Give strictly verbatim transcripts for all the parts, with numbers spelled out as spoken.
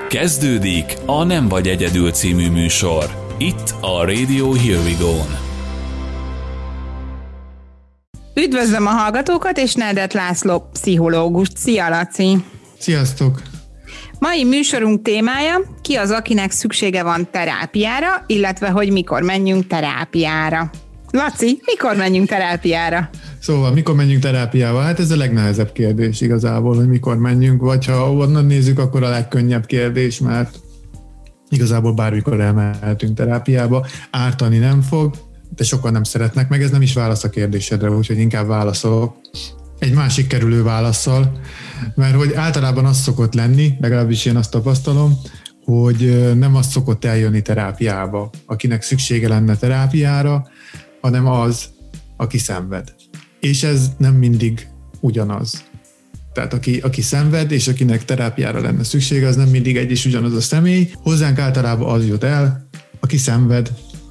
Kezdődik a Nem vagy egyedül című műsor. Itt a Radio Here We Go-n. Üdvözlöm a hallgatókat, és Nedet László pszichológust. Szia, Laci! Sziasztok! Mai műsorunk témája: ki az, akinek szüksége van terápiára, illetve hogy mikor menjünk terápiára. Laci, mikor menjünk terápiára? Szóval, mikor menjünk terápiába? Hát ez a legnehezebb kérdés igazából, hogy mikor menjünk, vagy ha onnan nézzük, akkor a legkönnyebb kérdés, mert igazából bármikor elmehetünk terápiába, ártani nem fog, de sokan nem szeretnek meg, ez nem is válasz a kérdésedre, úgyhogy inkább válaszolok egy másik kerülő válasszal, mert hogy általában az szokott lenni, legalábbis én azt tapasztalom, hogy nem az szokott eljönni terápiába, akinek szüksége lenne terápiára, hanem az, aki szenved. És ez nem mindig ugyanaz. Tehát aki, aki szenved, és akinek terápiára lenne szüksége, az nem mindig egy és ugyanaz a személy. Hozzánk általában az jut el, aki szenved.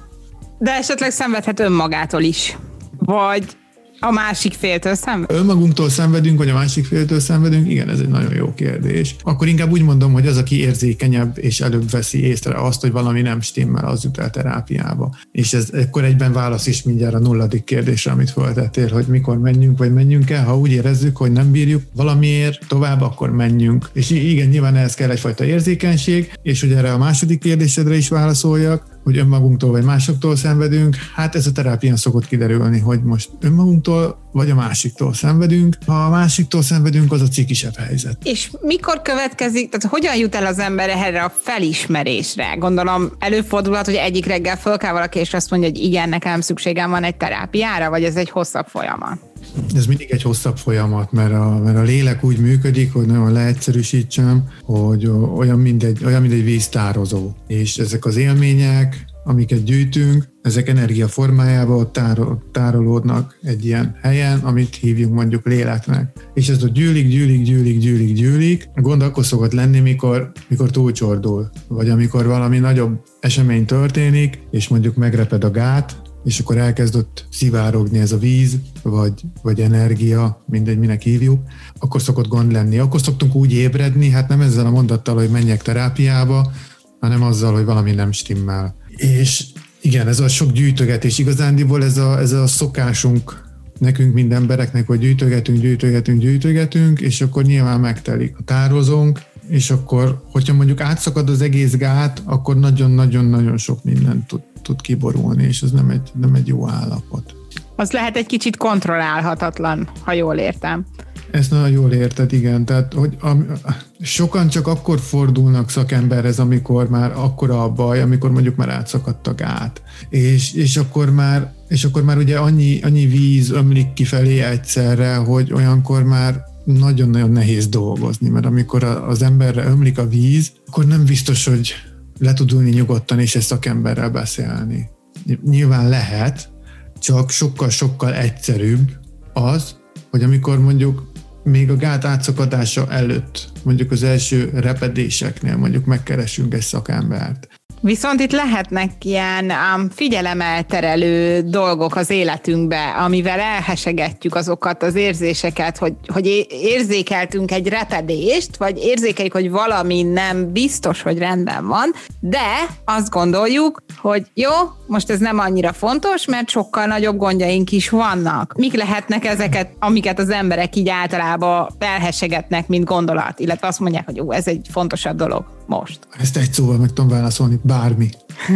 De esetleg szenvedhet önmagától is. Vagy a másik féltől szenved? Önmagunktól szenvedünk, vagy a másik féltől szenvedünk? Igen, ez egy nagyon jó kérdés. Akkor inkább úgy mondom, hogy az, aki érzékenyebb, és előbb veszi észre azt, hogy valami nem stimmel, az jut el terápiába. És ez akkor egyben válasz is mindjárt a nulladik kérdésre, amit feltettél, hogy mikor menjünk, vagy menjünk el. Ha úgy érezzük, hogy nem bírjuk valamiért tovább, akkor menjünk. És igen, nyilván ehhez kell egyfajta érzékenység, és hogy erre a második kérdésedre is válaszoljak, hogy önmagunktól vagy másoktól szenvedünk, hát ez a terápián szokott kiderülni, hogy most önmagunktól vagy a másiktól szenvedünk. Ha a másiktól szenvedünk, az a cikisebb helyzet. És mikor következik, tehát hogyan jut el az ember erre a felismerésre? Gondolom előfordulhat, hogy egyik reggel föl kell valaki, és azt mondja, hogy igen, nekem szükségem van egy terápiára, vagy ez egy hosszabb folyamat? Ez mindig egy hosszabb folyamat, mert a, mert a lélek úgy működik, hogy nagyon leegyszerűsítsem, hogy olyan, mint egy, olyan, mint egy víztározó. És ezek az élmények, amiket gyűjtünk, ezek energia formájában ott tárol, tárolódnak egy ilyen helyen, amit hívjuk mondjuk léleknek. És ez ott gyűlik, gyűlik, gyűlik, gyűlik, gyűlik. A gond akkor szokott lenni, mikor, mikor túlcsordul, vagy amikor valami nagyobb esemény történik, és mondjuk megreped a gát, és akkor elkezdett szivárogni ez a víz, vagy, vagy energia, mindegy, minek hívjuk, akkor szokott gond lenni. Akkor szoktunk úgy ébredni, hát nem ezzel a mondattal, hogy menjek terápiába, hanem azzal, hogy valami nem stimmel. És igen, ez a sok gyűjtögetés, igazándiból ez a, ez a szokásunk nekünk, mind embereknek, hogy gyűjtögetünk, gyűjtögetünk, gyűjtögetünk, és akkor nyilván megtelik a tározónk, és akkor, hogyha mondjuk átszakad az egész gát, akkor nagyon-nagyon-nagyon sok mindent tud, tud kiborulni, és ez nem egy, nem egy jó állapot. Az lehet egy kicsit kontrollálhatatlan, ha jól értem. Ezt nagyon jól érted, igen. Tehát, hogy a, sokan csak akkor fordulnak szakemberhez, amikor már akkora a baj, amikor mondjuk már átszakadt a gát. És, és, akkor már, és akkor már ugye annyi, annyi víz ömlik kifelé egyszerre, hogy olyankor már nagyon-nagyon nehéz dolgozni, mert amikor az emberre ömlik a víz, akkor nem biztos, hogy le tud ülni nyugodtan és egy szakemberrel beszélni. Nyilván lehet, csak sokkal-sokkal egyszerűbb az, hogy amikor mondjuk még a gát átszakadása előtt, mondjuk az első repedéseknél mondjuk megkeresünk egy szakembert. Viszont itt lehetnek ilyen um, figyelemelterelő dolgok az életünkbe, amivel elhesegetjük azokat az érzéseket, hogy, hogy érzékeltünk egy repedést, vagy érzékeljük, hogy valami nem biztos, hogy rendben van, de azt gondoljuk, hogy jó, most ez nem annyira fontos, mert sokkal nagyobb gondjaink is vannak. Mik lehetnek ezeket, amiket az emberek így általában elhesegetnek, mint gondolat, illetve azt mondják, hogy jó, ez egy fontosabb dolog most. Ezt egy szóval meg tudom válaszolni, bármi.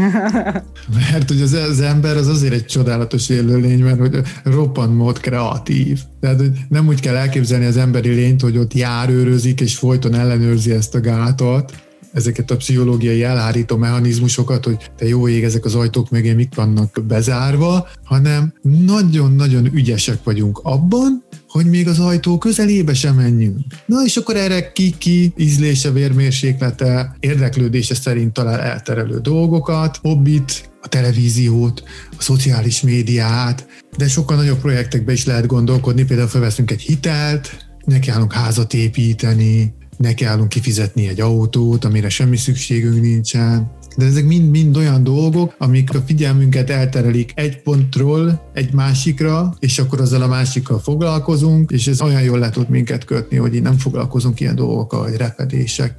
Mert hogy az, az ember az azért egy csodálatos élőlény, mert hogy roppant mód kreatív. Tehát hogy nem úgy kell elképzelni az emberi lényt, hogy ott járőrözik és folyton ellenőrzi ezt a gátat, ezeket a pszichológiai elhárító mechanizmusokat, hogy te jó ég, ezek az ajtók mögé mik vannak bezárva, hanem nagyon-nagyon ügyesek vagyunk abban, hogy még az ajtó közelébe sem menjünk. Na és akkor erre ki-ki ízlése, vérmérséklete, érdeklődése szerint talál elterelő dolgokat, hobbit, a televíziót, a szociális médiát, de sokkal nagyobb projektekbe is lehet gondolkodni, például felveszünk egy hitelt, nekiállunk házat építeni, nekiállunk kifizetni egy autót, amire semmi szükségünk nincsen. De ezek mind-mind olyan dolgok, amik a figyelmünket elterelik egy pontról egy másikra, és akkor azzal a másikkal foglalkozunk, és ez olyan jól le tud minket kötni, hogy így nem foglalkozunk ilyen dolgokkal, hogy repedések, meg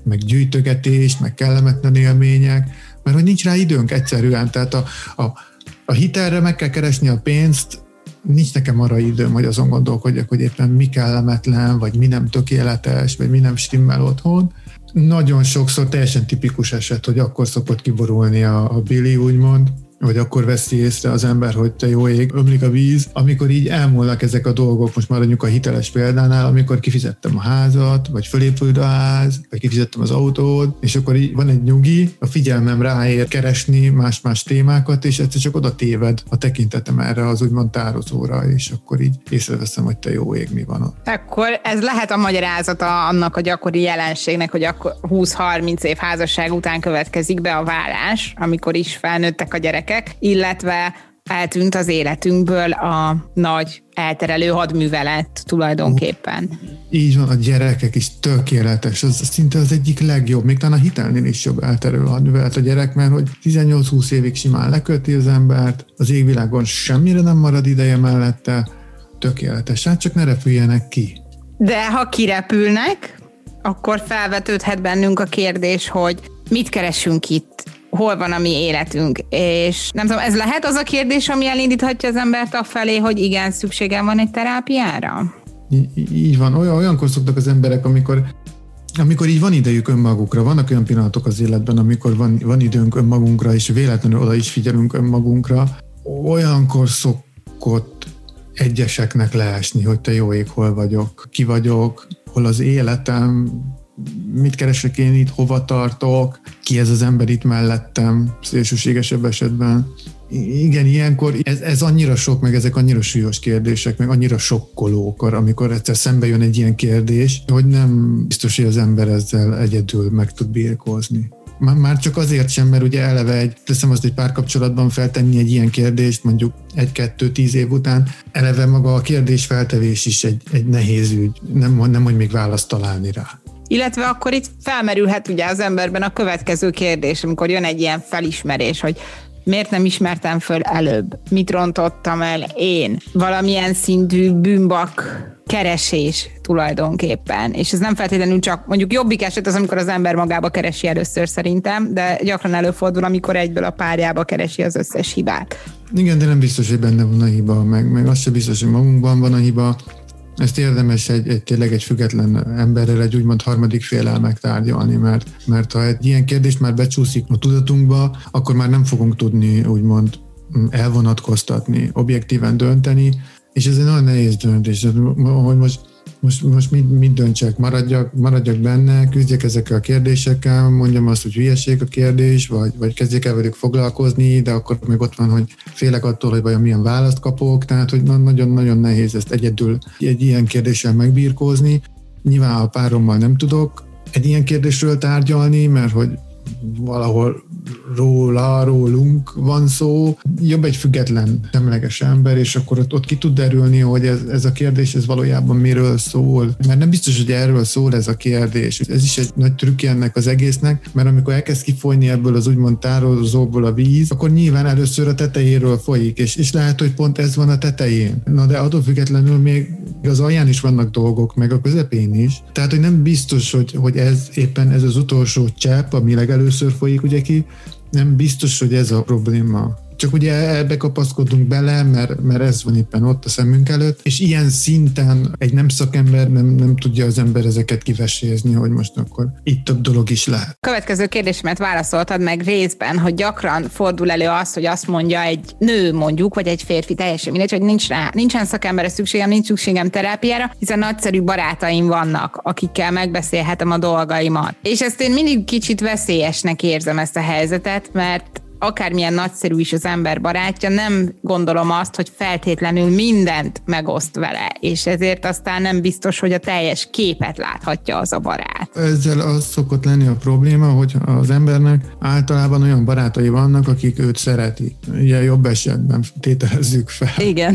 meg gyűjtögetés, meg kellemetlen élmények, mert hogy nincs rá időnk egyszerűen, tehát a, a, a hitelre meg kell keresni a pénzt, nincs nekem arra időm, hogy azon gondolkodjak, hogy éppen mi kellemetlen, vagy mi nem tökéletes, vagy mi nem stimmel otthon. Nagyon sokszor teljesen tipikus eset, hogy akkor szokott kiborulni a, a Billy, úgymond, vagy akkor veszi észre az ember, hogy te jó ég, ömlik a víz, amikor így elmúlnak ezek a dolgok, most maradjunk a hiteles példánál, amikor kifizettem a házat, vagy fölépült a ház, vagy kifizettem az autót, és akkor így van egy nyugi, a figyelmem ráér keresni más-más témákat, és egyszer csak oda téved a tekintetem erre az úgymond tározóra, és akkor így észreveszem, hogy te jó ég, mi van ott. Akkor ez lehet a magyarázata annak a gyakori jelenségnek, hogy akkor húsz-harminc év házasság után következik be a vállás, amikor is felnőttek a gyerekek, illetve eltűnt az életünkből a nagy elterelő hadművelet tulajdonképpen. Így van, a gyerekek is tökéletes, az szinte az egyik legjobb, még talán a hitelnél is jobb elterelő hadművelet a gyerek, mert hogy tizennyolc-húsz évig simán leköti az embert, az égvilágon semmire nem marad ideje mellette, tökéletes, hát csak ne repüljenek ki. De ha kirepülnek, akkor felvetődhet bennünk a kérdés, hogy mit keresünk itt, hol van a mi életünk, és nem tudom, ez lehet az a kérdés, ami elindíthatja az embert afelé, hogy igen, szükségem van egy terápiára? Í- így van, olyan, olyankor szoktak az emberek, amikor, amikor így van idejük önmagukra, vannak olyan pillanatok az életben, amikor van, van időnk önmagunkra, és véletlenül oda is figyelünk önmagunkra, olyankor szokott egyeseknek leesni, hogy te jó ég, hol vagyok, ki vagyok, hol az életem, mit keresek én itt, hova tartok, ki ez az ember itt mellettem, szélsőségesebb esetben. Igen, ilyenkor ez, ez annyira sok, meg ezek annyira súlyos kérdések, meg annyira sokkolók, amikor egyszer szembe jön egy ilyen kérdés, hogy nem biztos, hogy az ember ezzel egyedül meg tud birkózni. Már csak azért sem, mert ugye eleve egy, teszem azt, egy párkapcsolatban feltenni egy ilyen kérdést, mondjuk egy-kettő-tíz év után, eleve maga a kérdés feltevés is egy, egy nehéz ügy, nem, nem, hogy még választ találni rá. Illetve akkor itt felmerülhet ugye az emberben a következő kérdés, amikor jön egy ilyen felismerés, hogy miért nem ismertem föl előbb? Mit rontottam el én? Valamilyen szintű bűnbak keresés tulajdonképpen. És ez nem feltétlenül csak, mondjuk jobbik eset az, amikor az ember magába keresi először szerintem, de gyakran előfordul, amikor egyből a párjába keresi az összes hibát. Igen, de nem biztos, hogy benne van a hiba, meg, meg az sem biztos, hogy magunkban van a hiba. Ezt érdemes egy, egy tényleg egy független emberrel egy úgymond harmadik féllel megtárgyalni, mert, mert ha egy ilyen kérdést már becsúszik a tudatunkba, akkor már nem fogunk tudni úgymond elvonatkoztatni, objektíven dönteni, és ez egy nagyon nehéz döntés, hogy most, most, most mit, mit döntsek, maradjak, maradjak benne, küzdjek ezekkel a kérdésekkel, mondjam azt, hogy hülyeség a kérdés, vagy, vagy kezdjek el velük foglalkozni, de akkor még ott van, hogy félek attól, hogy vajon milyen választ kapok, tehát hogy nagyon-nagyon nehéz ezt egyedül egy ilyen kérdéssel megbirkózni. Nyilván a párommal nem tudok egy ilyen kérdésről tárgyalni, mert hogy valahol róla, rólunk van szó. Jobb egy független, semleges ember, és akkor ott, ott ki tud derülni, hogy ez, ez a kérdés ez valójában miről szól. Mert nem biztos, hogy erről szól ez a kérdés. Ez is egy nagy trükkje ennek az egésznek, mert amikor elkezd kifolyni ebből az úgymond tározóból a víz, akkor nyilván először a tetejéről folyik, és, és lehet, hogy pont ez van a tetején. Na de attól függetlenül még az alján is vannak dolgok, meg a közepén is. Tehát, hogy nem biztos, hogy, hogy ez éppen ez az utolsó csepp, ami legelőször folyik ugye ki, nem biztos, hogy ez a probléma. Csak ugye ebbe kapaszkodunk bele, mert, mert ez van éppen ott a szemünk előtt, és ilyen szinten egy nem szakember nem, nem tudja az ember ezeket kivesézni, hogy most akkor itt több dolog is lehet. Következő kérdésemet válaszoltad meg részben, hogy gyakran fordul elő az, hogy azt mondja egy nő mondjuk, vagy egy férfi, teljesen mindegy, hogy nincs rá, nincsen szakemberre szükségem, nincs szükségem terápiára, hiszen nagyszerű barátaim vannak, akikkel megbeszélhetem a dolgaimat. És ezt én mindig kicsit veszélyesnek érzem ezt a helyzetet, mert akármilyen nagyszerű is az ember barátja, nem gondolom azt, hogy feltétlenül mindent megoszt vele, és ezért aztán nem biztos, hogy a teljes képet láthatja az a barát. Ezzel az szokott lenni a probléma, hogy az embernek általában olyan barátai vannak, akik őt szeretik. Ugye jobb esetben tételezzük fel. Igen.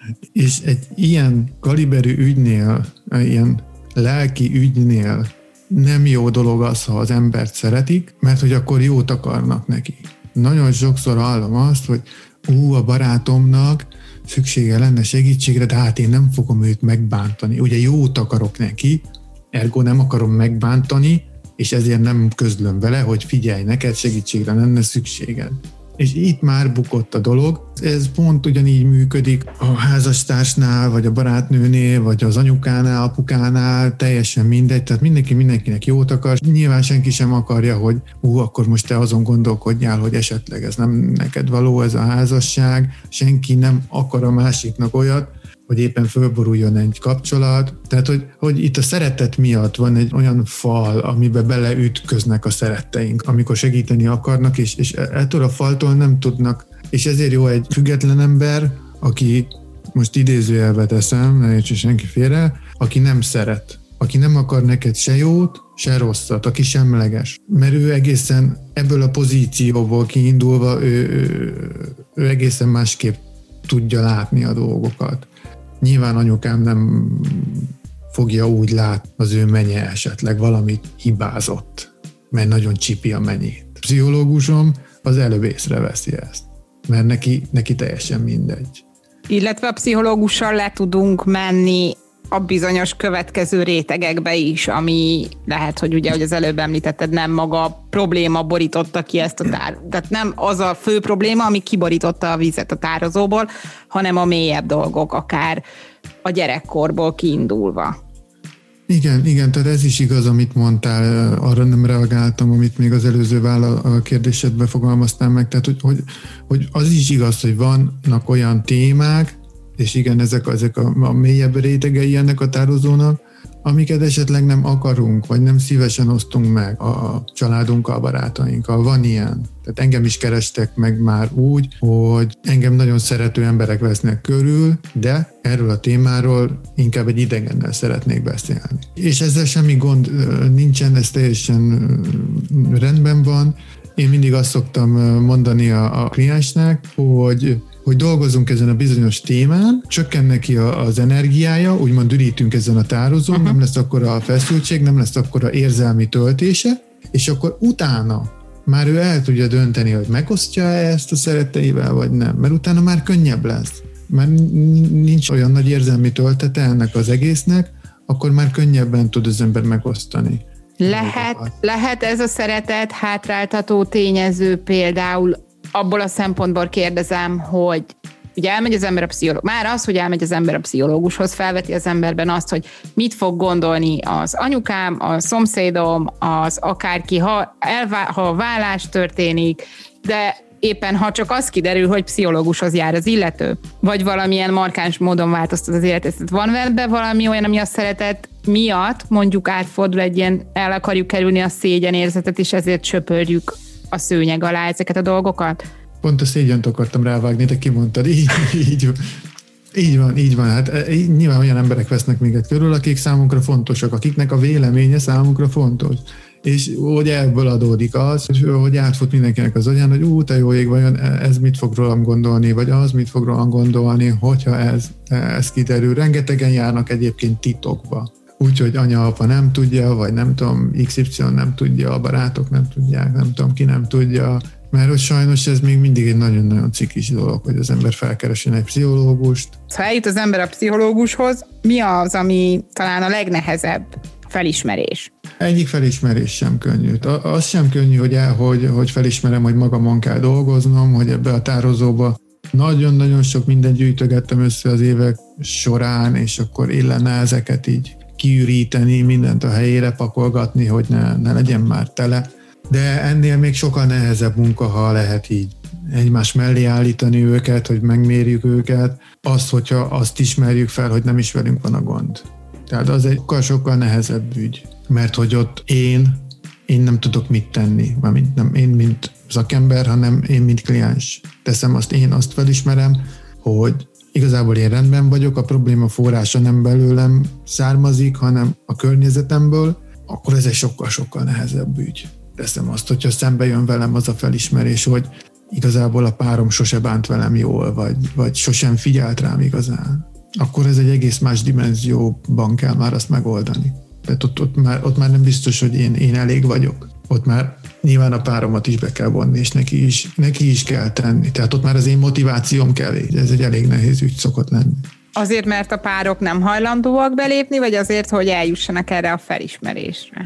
És egy ilyen kaliberű ügynél, ilyen lelki ügynél nem jó dolog az, ha az embert szeretik, mert hogy akkor jót akarnak neki. Nagyon sokszor hallom azt, hogy ú, a barátomnak szüksége lenne segítségre, de hát én nem fogom őt megbántani. Ugye jót akarok neki, ergo nem akarom megbántani, és ezért nem közlöm vele, hogy figyelj, neked segítségre lenne szükséged. És itt már bukott a dolog. Ez pont ugyanígy működik a házastársnál, vagy a barátnőnél, vagy az anyukánál, apukánál, teljesen mindegy, tehát mindenki mindenkinek jót akar. Nyilván senki sem akarja, hogy ú, akkor most te azon gondolkodjál, hogy esetleg ez nem neked való, ez a házasság. Senki nem akar a másiknak olyat, hogy éppen fölboruljon egy kapcsolat. Tehát, hogy, hogy itt a szeretet miatt van egy olyan fal, amiben beleütköznek a szeretteink, amikor segíteni akarnak, és, és ettől a faltól nem tudnak. És ezért jó egy független ember, aki, most idézőjelbe teszem, ne értsen senki félre, aki nem szeret, aki nem akar neked se jót, se rosszat, aki semleges. Mert ő egészen ebből a pozícióból kiindulva, ő, ő, ő egészen másképp tudja látni a dolgokat. Nyilván anyukám nem fogja úgy látni, az ő menye esetleg valamit hibázott, mert nagyon csipi a menyét. A pszichológusom az előbb észreveszi ezt, mert neki, neki teljesen mindegy. Illetve a pszichológussal le tudunk menni a bizonyos következő rétegekbe is, ami lehet, hogy ugye, hogy az előbb említetted, nem maga a probléma borította ki ezt a tár... Tehát nem az a fő probléma, ami kiborította a vizet a tározóból, hanem a mélyebb dolgok, akár a gyerekkorból kiindulva. Igen, igen, tehát ez is igaz, amit mondtál, arra nem reagáltam, amit még az előző vála- kérdésedbe fogalmaztál meg, tehát hogy, hogy, hogy az is igaz, hogy vannak olyan témák, és igen, ezek, ezek a, a mélyebb rétegei ennek a tározónak, amiket esetleg nem akarunk, vagy nem szívesen osztunk meg a családunkkal, barátainkkal. Van ilyen. Tehát engem is kerestek meg már úgy, hogy engem nagyon szerető emberek vesznek körül, de erről a témáról inkább egy idegennel szeretnék beszélni. És ezzel semmi gond nincsen, ez teljesen rendben van. Én mindig azt szoktam mondani a, a kliensnek, hogy hogy dolgozunk ezen a bizonyos témán, csökken neki az energiája, úgymond ürítünk ezen a tározón, uh-huh. nem lesz akkora a feszültség, nem lesz akkora érzelmi töltése, és akkor utána már ő el tudja dönteni, hogy megosztja ezt a szeretteivel, vagy nem, mert utána már könnyebb lesz. Már nincs olyan nagy érzelmi töltete ennek az egésznek, akkor már könnyebben tud az ember megosztani. Lehet, lehet ez a szeretet hátráltató tényező például abból a szempontból kérdezem, hogy ugye elmegy az ember a pszichológus, már az, hogy elmegy az ember a pszichológushoz, felveti az emberben azt, hogy mit fog gondolni az anyukám, a szomszédom, az akárki, ha, elvá- ha vállás történik, de éppen ha csak az kiderül, hogy pszichológushoz jár az illető, vagy valamilyen markáns módon változtat az életet. Van vele valami olyan, ami a szeretet miatt mondjuk átfordul egy ilyen, el akarjuk kerülni a szégyenérzetet, és ezért söpörjük a szőnyeg alá ezeket a dolgokat? Pont a szégyent akartam rávágni, te kimondtad, így, így, így van, így van. Hát így, nyilván olyan emberek vesznek minket körül, akik számunkra fontosak, akiknek a véleménye számunkra fontos. És hogy ebből adódik az, hogy átfut mindenkinek az agyán, hogy ú, te jó ég, vajon ez mit fog rólam gondolni, vagy az mit fog rólam gondolni, hogyha ez, ez kiderül. Rengetegen járnak egyébként titokba. Úgyhogy anya-apa nem tudja, vagy nem tudom, iksz ipszilon nem tudja, a barátok nem tudják, nem tudom, ki nem tudja, mert hogy sajnos ez még mindig egy nagyon-nagyon cikis dolog, hogy az ember felkeresen egy pszichológust. Ha eljut az ember a pszichológushoz, mi az, ami talán a legnehezebb felismerés? Egyik felismerés sem könnyű. Az sem könnyű, hogy, el, hogy, hogy felismerem, hogy magamon kell dolgoznom, hogy ebbe a tározóba nagyon-nagyon sok mindent gyűjtögettem össze az évek során, és akkor illene ezeket így kiüríteni, mindent a helyére pakolgatni, hogy ne, ne legyen már tele. De ennél még sokkal nehezebb munka, ha lehet így egymás mellé állítani őket, hogy megmérjük őket, azt, hogyha azt ismerjük fel, hogy nem is velünk van a gond. Tehát az egy sokkal nehezebb ügy, mert hogy ott én, én nem tudok mit tenni, mármint nem én, mint szakember, hanem én, mint kliens. Teszem azt, én azt felismerem, hogy igazából én rendben vagyok, a probléma forrása nem belőlem származik, hanem a környezetemből, akkor ez egy sokkal-sokkal nehezebb ügy. Teszem azt, hogyha szembe jön velem az a felismerés, hogy igazából a párom sose bánt velem jól, vagy, vagy sosem figyelt rám igazán, akkor ez egy egész más dimenzióban kell már azt megoldani. Tehát ott, ott, már, ott már nem biztos, hogy én, én elég vagyok. Ott már nyilván a páromat is be kell vonni, és neki is, neki is kell tenni. Tehát ott már az én motivációm kell. Ez egy elég nehéz ügy szokott lenni. Azért, mert a párok nem hajlandóak belépni, vagy azért, hogy eljussanak erre a felismerésre?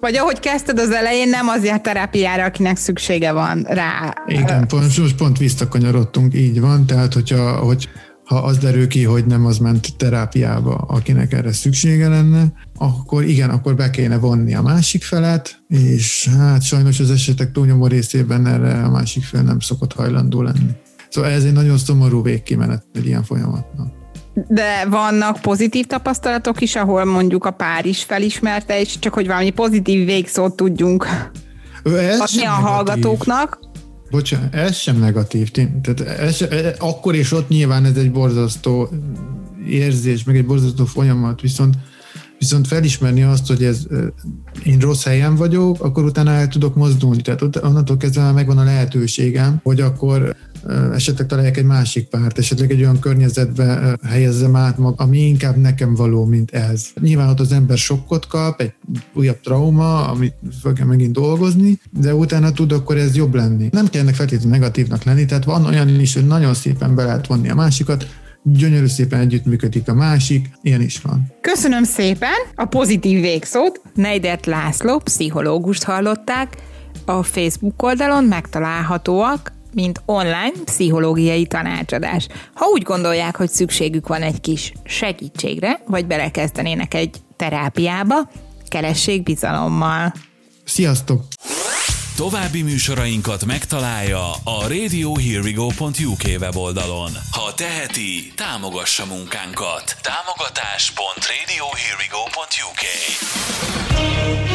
Vagy ahogy kezdted az elején, nem az jár terápiára, akinek szüksége van rá. Igen, pont, most pont visszakanyarodtunk, így van, tehát hogyha, hogy, ha az derül ki, hogy nem az ment terápiába, akinek erre szüksége lenne, akkor igen, akkor be kéne vonni a másik felet, és hát sajnos az esetek túlnyomó részében erre a másik fel nem szokott hajlandó lenni. Szóval ez egy nagyon szomorú végkimenet egy ilyen folyamatnak. De vannak pozitív tapasztalatok is, ahol mondjuk a pár is felismerte, és csak hogy valami pozitív végszót tudjunk adni a hallgatóknak. Bocsánat, ez sem negatív. Tehát ez sem, akkor és ott nyilván ez egy borzasztó érzés, meg egy borzasztó folyamat, viszont, viszont felismerni azt, hogy ez, én rossz helyen vagyok, akkor utána el tudok mozdulni. Tehát onnantól kezdve már megvan a lehetőségem, hogy akkor esetleg találjak egy másik párt, esetleg egy olyan környezetbe helyezzem át magam, ami inkább nekem való, mint ez. Nyilván ott az ember sokkot kap, egy újabb trauma, amit fel kell megint dolgozni, de utána tud akkor ez jobb lenni. Nem kell ennek feltétlenül negatívnak lenni, tehát van olyan is, hogy nagyon szépen be lehet vonni a másikat, gyönyörű szépen együttműködik a másik, ilyen is van. Köszönöm szépen a pozitív végszót. Neidert László pszichológust hallották, a Facebook oldalon megtalálhatóak, mint online pszichológiai tanácsadás. Ha úgy gondolják, hogy szükségük van egy kis segítségre, vagy belekezdenének egy terápiába, keressék bizalommal. Sziasztok! További műsorainkat megtalálja a radio here we go pont u k weboldalon. Ha teheti, támogassa munkánkat. támogatás pont radio here we go pont u k